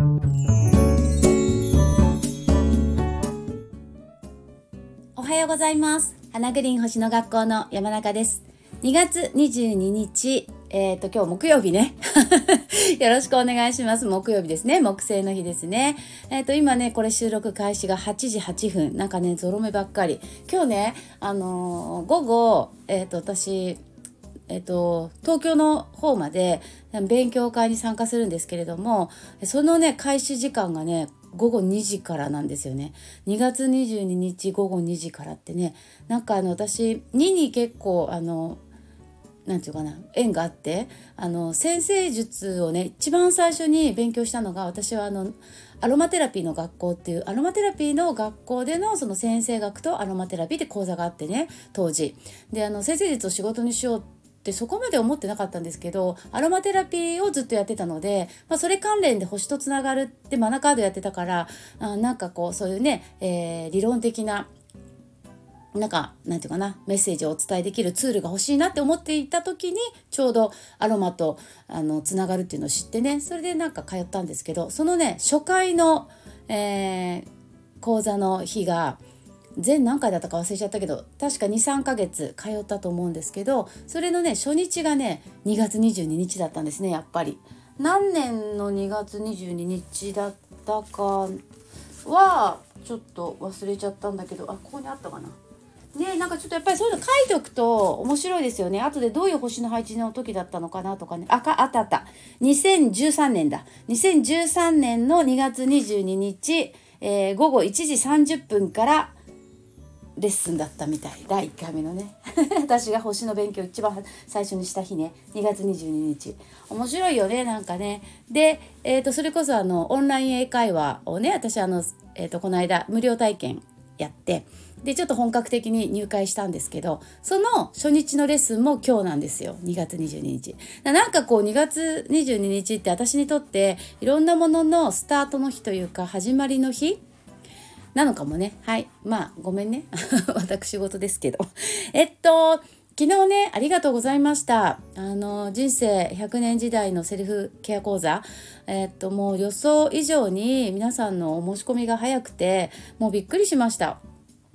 おはようございます。花グリーン星の学校の山中です。2月22日、今日木曜日ねよろしくお願いします。木曜日ですね。木星の日ですね。今ねこれ収録開始が8時8分、なんかねゾロ目ばっかり。今日ね午後私東京の方まで勉強会に参加するんですけれども、そのね開始時間がね午後2時からなんですよね。2月22日午後2時からってね、なんか私2に結構なんていうかな、縁があって、先生術をね一番最初に勉強したのが、私はアロマテラピーの学校っていうアロマテラピーの学校でのその先生学とアロマテラピーって講座があってね、当時で先生術を仕事にしようってそこまで思ってなかったんですけど、アロマテラピーをずっとやってたので、それ関連で星とつながるってマナカードやってたから、なんかこうそういうね、理論的ななんていうかな、メッセージをお伝えできるツールが欲しいなって思っていた時に、ちょうどアロマとつながるっていうのを知ってね、それでなんか通ったんですけど、そのね初回の、講座の日が全何回だったか忘れちゃったけど、確か 2,3 ヶ月通ったと思うんですけど、それのね初日がね2月22日だったんですね。やっぱり何年の2月22日だったかはちょっと忘れちゃったんだけど、ここにあったかなね。なんかちょっとやっぱりそういうの書いておくと面白いですよね。後でどういう星の配置の時だったのかなとかね。あった2013年だ。2013年の2月22日、午後1時30分からレッスンだったみたい。第1回目のね私が星の勉強一番最初にした日ね、2月22日。面白いよね、なんかね。で、それこそオンライン英会話をね、私この間無料体験やって、でちょっと本格的に入会したんですけど、その初日のレッスンも今日なんですよ。2月22日。なんかこう2月22日って私にとっていろんなもののスタートの日というか始まりの日なのかもね。はい、ごめんね私事ですけど昨日ねありがとうございました。人生100年時代のセルフケア講座、もう予想以上に皆さんのお申し込みが早くて、もうびっくりしました。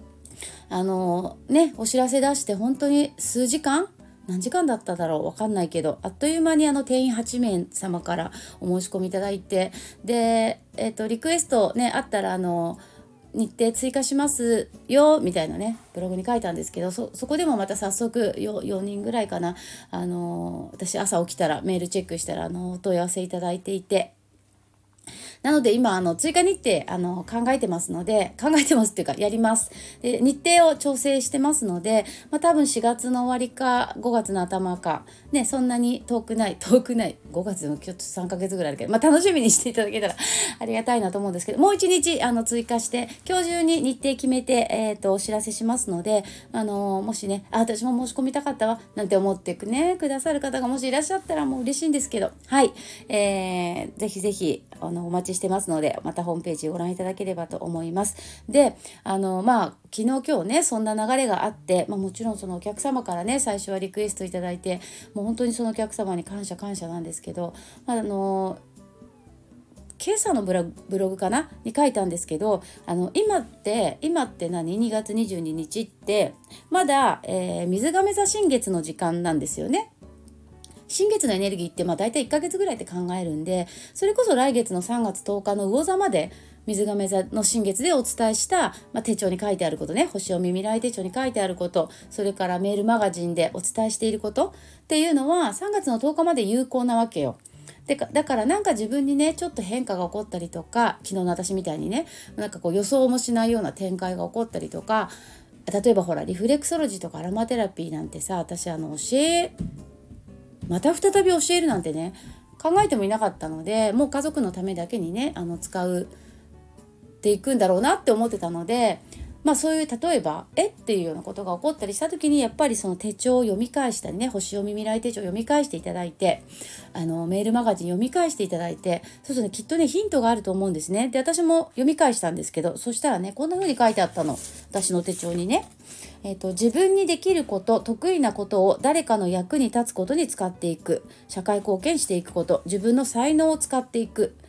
お知らせ出して本当に数時間、何時間だっただろうわかんないけど、あっという間に定員8名様からお申し込みいただいて、で、リクエストねあったら日程追加しますよみたいなねブログに書いたんですけど、そこでもまた早速 4人ぐらいかな、私朝起きたらメールチェックしたらお問い合わせいただいていて、なので今追加日程考えてますっていうかやります。で日程を調整してますので、多分4月の終わりか5月の頭かね、そんなに遠くない5月のちょっと3ヶ月ぐらいあるけど、楽しみにしていただけたらありがたいなと思うんですけど、もう1日追加して今日中に日程決めて、お知らせしますので、もしね私も申し込みたかったわなんて思ってくださる方がもしいらっしゃったらもう嬉しいんですけど、はい、ぜひぜひお待ちしてますので、またホームページご覧いただければと思います。で昨日今日ねそんな流れがあって、もちろんそのお客様からね最初はリクエストいただいて、もう本当にそのお客様に感謝なんですけど、今朝のブログかなに書いたんですけど、今って何2月22日ってまだ、水亀座新月の時間なんですよね。新月のエネルギーって大体1ヶ月ぐらいって考えるんで、それこそ来月の3月10日の魚座まで水亀座の新月でお伝えした、手帳に書いてあることね、星読み未来手帳に書いてあること、それからメールマガジンでお伝えしていることっていうのは3月の10日まで有効なわけよ。だからなんか自分にねちょっと変化が起こったりとか、昨日の私みたいにねなんかこう予想もしないような展開が起こったりとか、例えばほらリフレクソロジーとかアロマテラピーなんてさ、私また再び教えるなんてね考えてもいなかったので、もう家族のためだけにね使っていくんだろうなって思ってたので、そういう例えばっていうようなことが起こったりした時に、やっぱりその手帳を読み返したりね、星読み未来手帳を読み返していただいて、メールマガジン読み返していただいて、そうするとねきっとねヒントがあると思うんですね。で私も読み返したんですけど、そしたらねこんな風に書いてあったの、私の手帳にね。自分にできること、得意なことを誰かの役に立つことに使っていく、社会貢献していくこと、自分の才能を使っていく、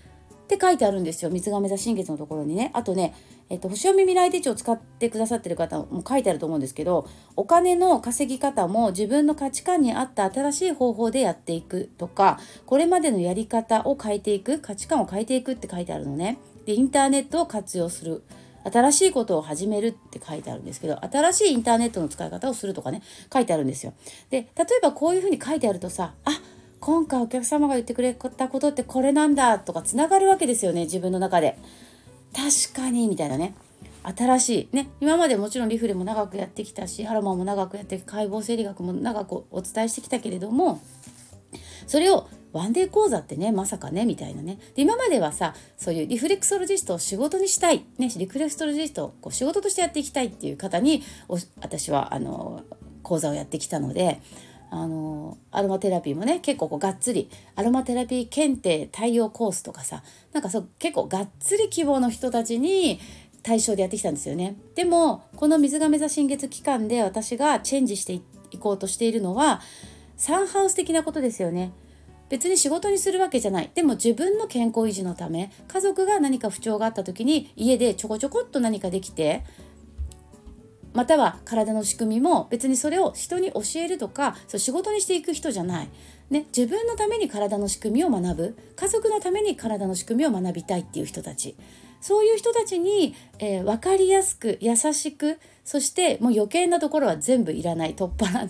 って書いてあるんですよ、水亀座新月のところにね。あとね、星読み未来手帳を使ってくださってる方も書いてあると思うんですけど、お金の稼ぎ方も自分の価値観に合った新しい方法でやっていくとか、これまでのやり方を変えていく、価値観を変えていくって書いてあるのね。で、インターネットを活用する、新しいことを始めるって書いてあるんですけど、新しいインターネットの使い方をするとかね、書いてあるんですよ。で、例えばこういうふうに書いてあるとさ、今回お客様が言ってくれたことってこれなんだとかつながるわけですよね、自分の中で。確かにみたいなね。新しいね、今までもちろんリフレも長くやってきたし、アロマも長くやって、解剖生理学も長くお伝えしてきたけれども、それをワンデー講座ってね、まさかねみたいなね。で、今まではさ、そういうリフレクソロジストを仕事にしたい、ね、リフレクソロジストをこう仕事としてやっていきたいっていう方に私は講座をやってきたので、アロマテラピーもね、結構がっつりアロマテラピー検定対応コースとかさ、なんか結構がっつり希望の人たちに対象でやってきたんですよね。でもこの水亀座新月期間で私がチェンジしていこうとしているのは、サンハウス的なことですよね。別に仕事にするわけじゃない。でも自分の健康維持のため、家族が何か不調があった時に家でちょこちょこっと何かできて、または体の仕組みも別にそれを人に教えるとか、仕事にしていく人じゃない、ね、自分のために体の仕組みを学ぶ、家族のために体の仕組みを学びたいっていう人たち、そういう人たちに、分かりやすく優しく、そしてもう余計なところは全部いらない、取っ払って、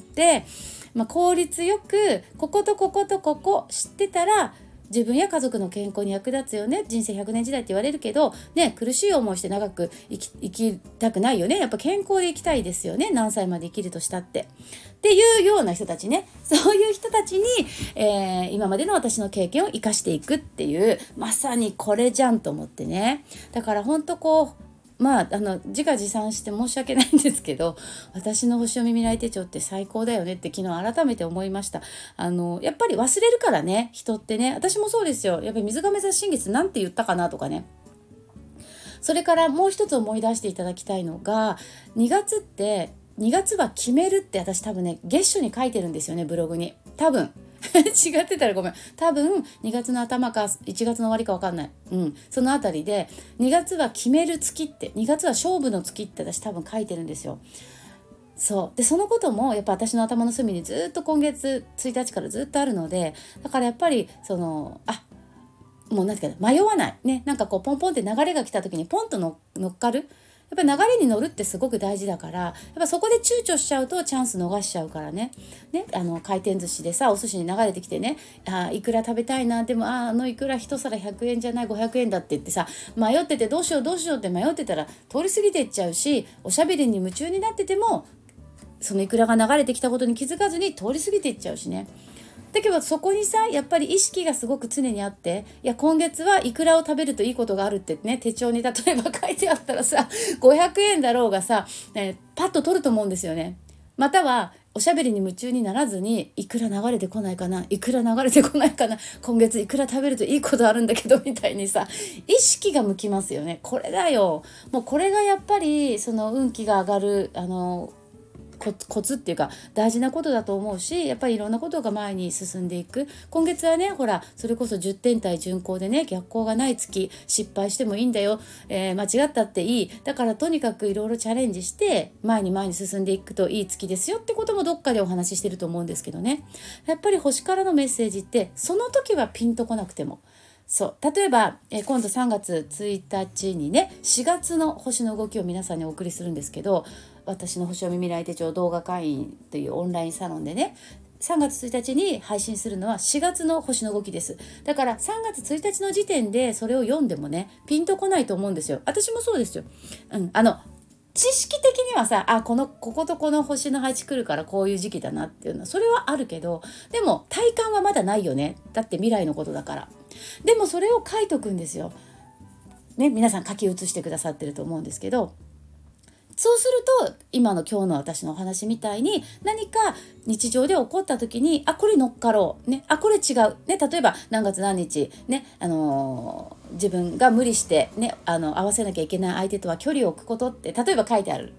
効率よくこことこことここ知ってたら自分や家族の健康に役立つよね。人生100年時代って言われるけど、ね、苦しい思いして長く生きたくないよね。やっぱ健康で生きたいですよね。何歳まで生きるとしたっていうような人たちね。そういう人たちに、今までの私の経験を生かしていくっていう、まさにこれじゃんと思ってね。だから本当自画自賛して申し訳ないんですけど、私の星読み未来手帳って最高だよねって昨日改めて思いました。やっぱり忘れるからね、人ってね。私もそうですよ。やっぱり水亀座新月なんて言ったかなとかね。それからもう一つ思い出していただきたいのが、2月は決めるって私多分ね、月初に書いてるんですよね、ブログに。多分違ってたらごめん。多分2月の頭か1月の終わりか分かんない。そのあたりで2月は決める月って、2月は勝負の月って私多分書いてるんですよ。そうで、そのこともやっぱ私の頭の隅にずっと今月1日からずっとあるので、だからやっぱりもうなんていうか迷わないね。なんかこうポンポンって流れが来た時にポンと乗っかる。やっぱり流れに乗るってすごく大事だから、やっぱそこで躊躇しちゃうとチャンス逃しちゃうからね。回転寿司でさ、お寿司に流れてきてね、いくら食べたいな、でもいくら一皿100円じゃない500円だって言ってさ、迷っててどうしようって迷ってたら通り過ぎていっちゃうし、おしゃべりに夢中になっててもそのいくらが流れてきたことに気づかずに通り過ぎていっちゃうしね。だけどそこにさ、やっぱり意識がすごく常にあって、いや今月はいくらを食べるといいことがあるってね、手帳に例えば書いてあったらさ、500円だろうがさ、パッと取ると思うんですよね。またはおしゃべりに夢中にならずに、いくら流れてこないかな、いくら流れてこないかな、今月いくら食べるといいことあるんだけどみたいにさ、意識が向きますよね。これだよ。もうこれがやっぱりその運気が上がるコツっていうか大事なことだと思うし、やっぱりいろんなことが前に進んでいく。今月はね、ほらそれこそ10点対順行でね、逆行がない月、失敗してもいいんだよ、間違ったっていい、だからとにかくいろいろチャレンジして前に進んでいくといい月ですよってこともどっかでお話ししてると思うんですけどね。やっぱり星からのメッセージってその時はピンとこなくても、例えば、今度3月1日にね、4月の星の動きを皆さんにお送りするんですけど、私の星読み未来手帳動画会員というオンラインサロンでね、3月1日に配信するのは4月の星の動きです。だから3月1日の時点でそれを読んでもね、ピンとこないと思うんですよ。私もそうですよ。知識的にはさ、こことこの星の配置来るからこういう時期だなっていうのはそれはあるけど、でも体感はまだないよね。だって未来のことだから。でもそれを書いとくんですよ。ね、皆さん書き写してくださってると思うんですけど、そうすると今の今日の私のお話みたいに、何か日常で起こった時にこれ乗っかろう、ね、これ違う、ね、例えば何月何日、ね、自分が無理して、ね、合わせなきゃいけない相手とは距離を置くことって例えば書いてある、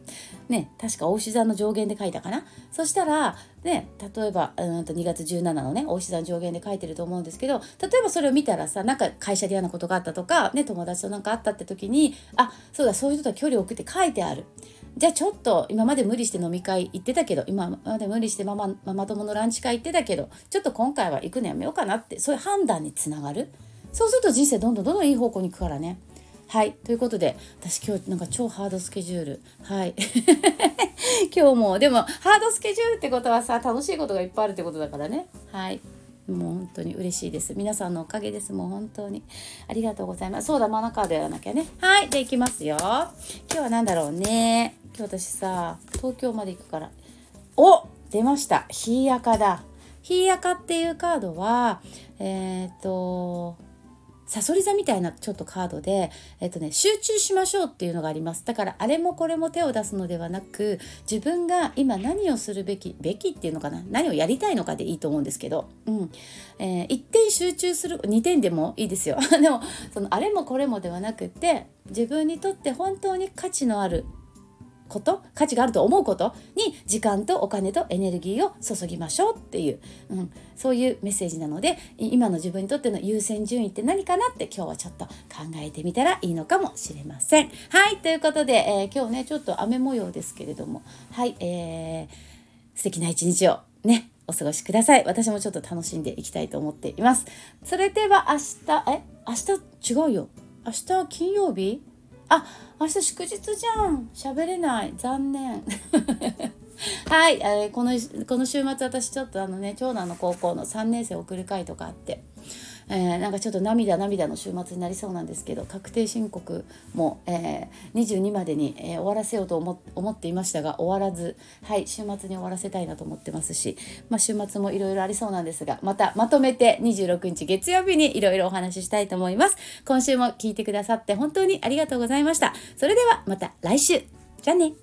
ね、確か牡牛座の上限で書いたかな。そしたら、ね、例えば2月17のね牡牛座の上限で書いてると思うんですけど、例えばそれを見たらさ、なんか会社で嫌なことがあったとか、ね、友達となんかあったって時に、あ、そうだ、そういう人とは距離を置くって書いてある。じゃあちょっと今まで無理して飲み会行ってたけど、今まで無理してママ友のランチ会行ってたけど、ちょっと今回は行くのやめようかなって、そういう判断につながる。そうすると人生どんどんいい方向に行くからね。はい、ということで、私今日なんか超ハードスケジュール、はい今日もでもハードスケジュールってことはさ、楽しいことがいっぱいあるってことだからね。はい、もう本当に嬉しいです。皆さんのおかげです。もう本当にありがとうございます。そうだ、マナカードやらなきゃね。はい、で行きますよ。今日は何だろうね。今日私さ、東京まで行くから、お、出ました、ヒーアカだ。ヒーアカっていうカードはサソリ座みたいなちょっとカードで、集中しましょうっていうのがあります。だからあれもこれも手を出すのではなく、自分が今何をするべきっていうのかな、何をやりたいのかでいいと思うんですけど、一点集中する、2点でもいいですよでもそのあれもこれもではなくて、自分にとって本当に価値のあること、価値があると思うことに時間とお金とエネルギーを注ぎましょうっていう、そういうメッセージなので、今の自分にとっての優先順位って何かなって今日はちょっと考えてみたらいいのかもしれません。はい、ということで、今日ねちょっと雨模様ですけれども、はい、素敵な一日をねお過ごしください。私もちょっと楽しんでいきたいと思っています。それでは明日違うよ、明日金曜日、あ、明日祝日じゃん。喋れない。残念。はい、この週末私ちょっと長男の高校の3年生送る会とかあって、なんかちょっと涙の週末になりそうなんですけど、確定申告も、22までに、終わらせようと思っていましたが終わらず、はい、週末に終わらせたいなと思ってますし、週末もいろいろありそうなんですが、またまとめて26日月曜日にいろいろお話ししたいと思います。今週も聞いてくださって本当にありがとうございました。それではまた来週。じゃあね。